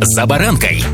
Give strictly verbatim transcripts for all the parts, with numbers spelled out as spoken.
«За баранкой».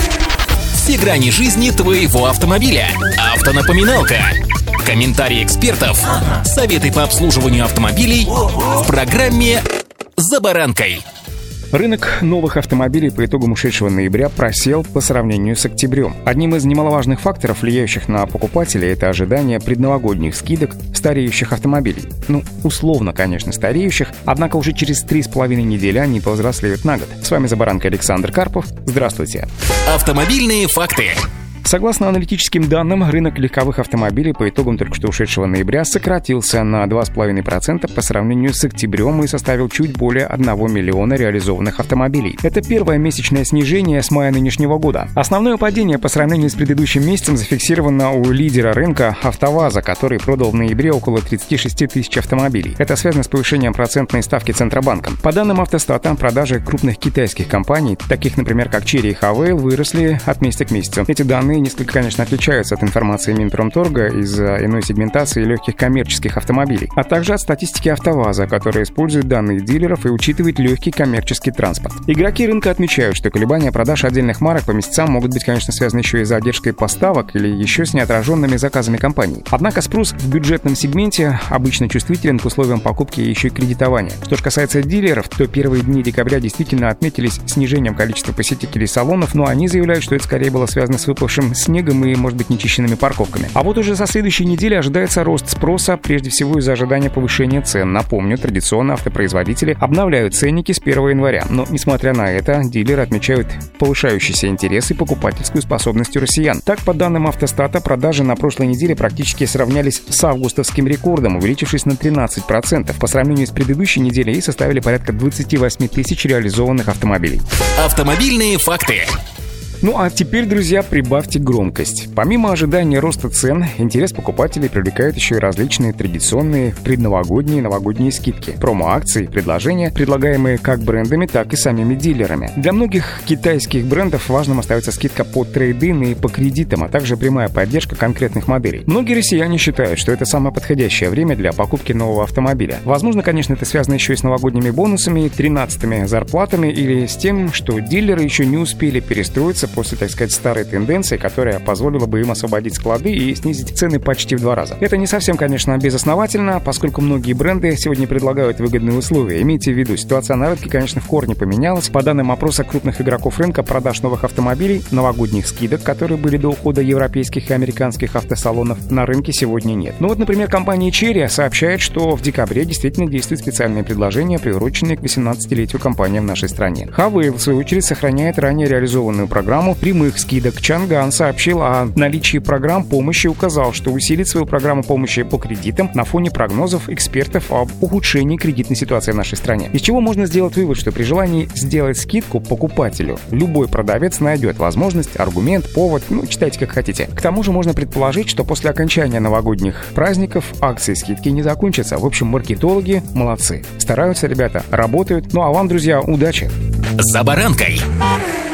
Все грани жизни твоего автомобиля. Автонапоминалка. Комментарии экспертов. Советы по обслуживанию автомобилей в программе «За баранкой». Рынок новых автомобилей по итогам ушедшего ноября просел по сравнению с октябрем. Одним из немаловажных факторов, влияющих на покупателей, это ожидание предновогодних скидок стареющих автомобилей. Ну, условно, конечно, стареющих, однако уже через три с половиной недели они повзрослеют на год. С вами «За баранкой» Александр Карпов. Здравствуйте. Автомобильные факты. Согласно аналитическим данным, рынок легковых автомобилей по итогам только что ушедшего ноября сократился на два с половиной процента по сравнению с октябрем и составил чуть более одного миллиона реализованных автомобилей. Это первое месячное снижение с мая нынешнего года. Основное падение по сравнению с предыдущим месяцем зафиксировано у лидера рынка АвтоВАЗа, который продал в ноябре около тридцать шесть тысяч автомобилей. Это связано с повышением процентной ставки Центробанком. По данным Автостата, продажи крупных китайских компаний, таких, например, как Chery и Haval, выросли от месяца к месяцу. Эти данные несколько, конечно, отличаются от информации Минпромторга из-за иной сегментации легких коммерческих автомобилей, а также от статистики АвтоВАЗа, которая использует данные дилеров и учитывает легкий коммерческий транспорт. Игроки рынка отмечают, что колебания продаж отдельных марок по месяцам могут быть, конечно, связаны еще и с задержкой поставок или еще с неотраженными заказами компаний. Однако спрос в бюджетном сегменте обычно чувствителен к условиям покупки и еще и кредитования. Что же касается дилеров, то первые дни декабря действительно отметились снижением количества посетителей салонов, но они заявляют, что это скорее было связано с выпавшим снегом и, может быть, нечищенными парковками. А вот уже со следующей недели ожидается рост спроса, прежде всего из-за ожидания повышения цен. Напомню, традиционно автопроизводители обновляют ценники с первого января. Но, несмотря на это, дилеры отмечают повышающийся интерес и покупательскую способность у россиян. Так, по данным Автостата, продажи на прошлой неделе практически сравнялись с августовским рекордом, увеличившись на тринадцать процентов. По сравнению с предыдущей неделей и составили порядка двадцать восемь тысяч реализованных автомобилей. Автомобильные факты. Ну а теперь, друзья, прибавьте громкость. Помимо ожидания роста цен, интерес покупателей привлекают еще и различные традиционные предновогодние и новогодние скидки, промо-акции, предложения, предлагаемые как брендами, так и самими дилерами. Для многих китайских брендов важным остается скидка по трейд-ин и по кредитам, а также прямая поддержка конкретных моделей. Многие россияне считают, что это самое подходящее время для покупки нового автомобиля. Возможно, конечно, это связано еще и с новогодними бонусами, тринадцатыми зарплатами или с тем, что дилеры еще не успели перестроиться после, так сказать, старой тенденции, которая позволила бы им освободить склады и снизить цены почти в два раза. Это не совсем, конечно, безосновательно, поскольку многие бренды сегодня предлагают выгодные условия. Имейте в виду, ситуация на рынке, конечно, в корне поменялась. По данным опроса крупных игроков рынка, продаж новых автомобилей, новогодних скидок, которые были до ухода европейских и американских автосалонов, на рынке сегодня нет. Ну вот, например, компания Chery сообщает, что в декабре действительно действуют специальные предложения, приуроченные к восемнадцатилетию компании в нашей стране. Haval, в свою очередь, сохраняет ранее реализованную программу прямых скидок. Чанган сообщил о наличии программ помощи и указал, что усилит свою программу помощи по кредитам на фоне прогнозов экспертов об ухудшении кредитной ситуации в нашей стране. Из чего можно сделать вывод, что при желании сделать скидку покупателю любой продавец найдет возможность, аргумент, повод, ну, читайте как хотите. К тому же можно предположить, что после окончания новогодних праздников акции скидки не закончатся. В общем, маркетологи молодцы. Стараются ребята, работают. Ну а вам, друзья, удачи! «За баранкой».